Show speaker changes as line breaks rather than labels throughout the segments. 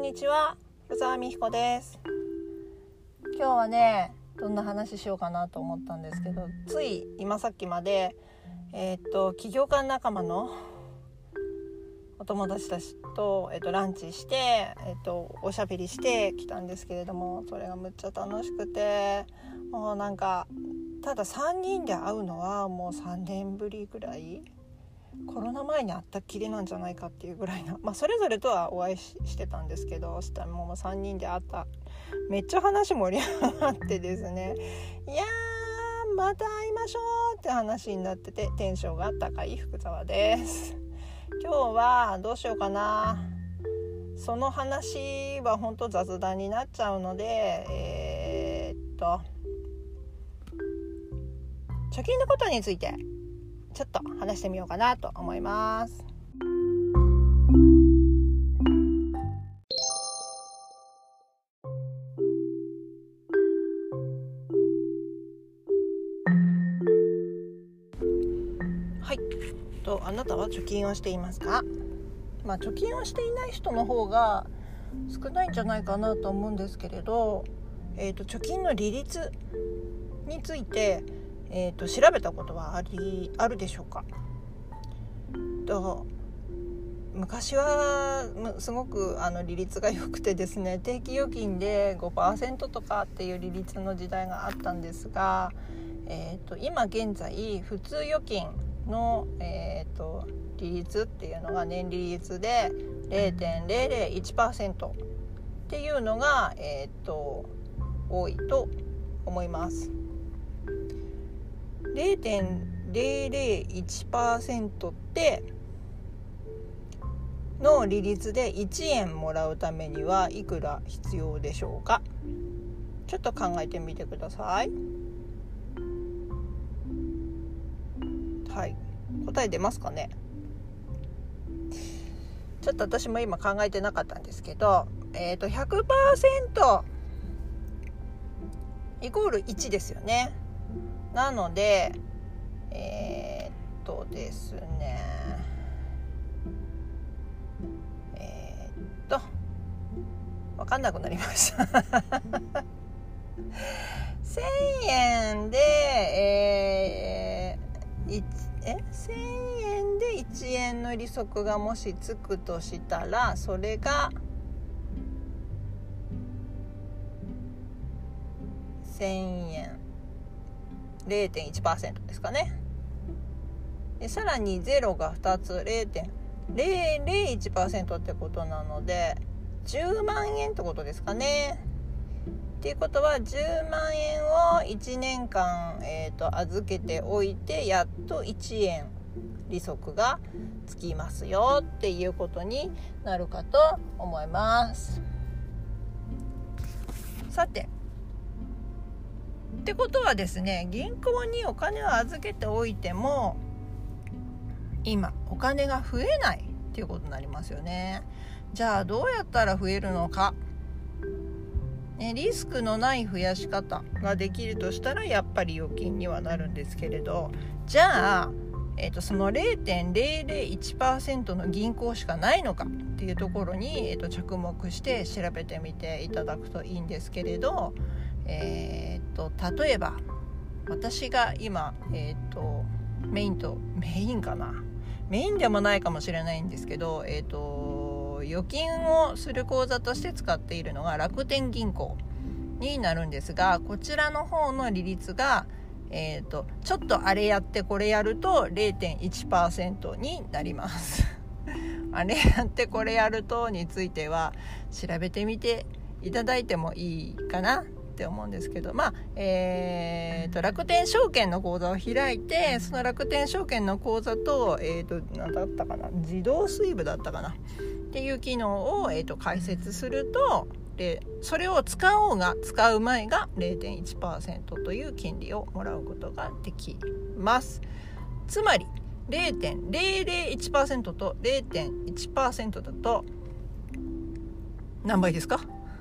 にちは、福沢美彦です。今日はね、どんな話しようかなと思ったんですけど、つい今さっきまで起業家仲間のお友達たちと、ランチして、おしゃべりしてきたんですけれども、それがむっちゃ楽しくて、もうなんかただ3人で会うのはもう3年ぶりぐらい、コロナ前に会ったっきりなんじゃないかっていうぐらいな、それぞれとはお会いしてたんですけど、そしたらもう3人で会った、めっちゃ話盛り上がってですね、いやーまた会いましょうって話になってて、テンションが高い福沢です。今日はどうしようかな。その話は本当雑談になっちゃうので、貯金のことについてちょっと話してみようかなと思います。はい。あなたは貯金をしていますか？貯金をしていない人の方が少ないんじゃないかなと思うんですけれど、貯金の利率について、調べたことはあるでしょうか？昔はすごく利率が良くてですね、定期預金で 5% とかっていう利率の時代があったんですが、今現在普通預金の、利率っていうのが年利率で 0.001% っていうのが、多いと思います。0.001% っての利率で1円もらうためにはいくら必要でしょうか？ちょっと考えてみてください。はい、答え出ますかね？ちょっと私も今考えてなかったんですけど、100% イコール1ですよね。なのでですね分かんなくなりました1000円で、1000円で1円の利息がもしつくとしたら、それが1000円 0.1% ですかね。でさらに0が2つ 0.001% ってことなので10万円ってことですかね。っていうことは10万円を1年間、預けておいてやっと1円利息がつきますよっていうことになるかと思います。さて、ってことはですね、銀行にお金を預けておいても今お金が増えないっていうことになりますよね。じゃあどうやったら増えるのか、リスクのない増やし方ができるとしたらやっぱり預金にはなるんですけれど、じゃあ、その 0.001% の銀行しかないのかっていうところに、着目して調べてみていただくといいんですけれど、例えば私が今、メインでもないかもしれないんですけど、預金をする口座として使っているのが楽天銀行になるんですが、こちらの方の利率が、ちょっとあれやってこれやると 0.1% になりますあれやってこれやるとについては調べてみていただいてもいいかなって思うんですけど、楽天証券の口座を開いて、その楽天証券の口座と、何だったかな、自動スイーブだったかなっていう機能を、開設すると、それを使おうが使う前が 0.1% という金利をもらうことができます。つまり 0.001% と 0.1% だと何倍ですか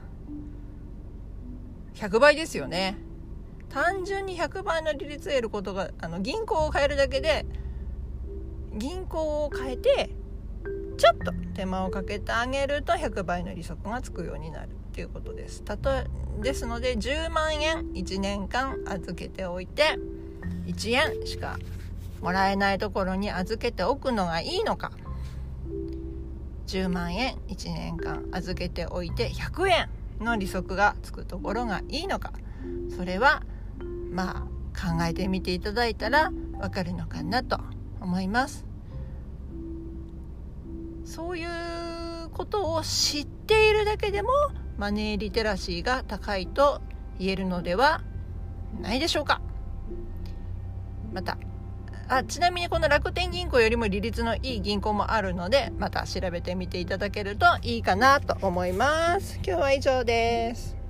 ？100倍ですよね。単純に100倍の利率を得ることが、銀行を変えるだけで、銀行を変えてちょっと手間をかけてあげると100倍の利息がつくようになるということです。ですので10万円1年間預けておいて1円しかもらえないところに預けておくのがいいのか、10万円1年間預けておいて100円の利息がつくところがいいのか、それは考えてみていただいたらわかるのかなと思います。そういうことを知っているだけでもマネーリテラシーが高いと言えるのではないでしょうか。またちなみにこの楽天銀行よりも利率のいい銀行もあるので、また調べてみていただけるといいかなと思います。今日は以上です。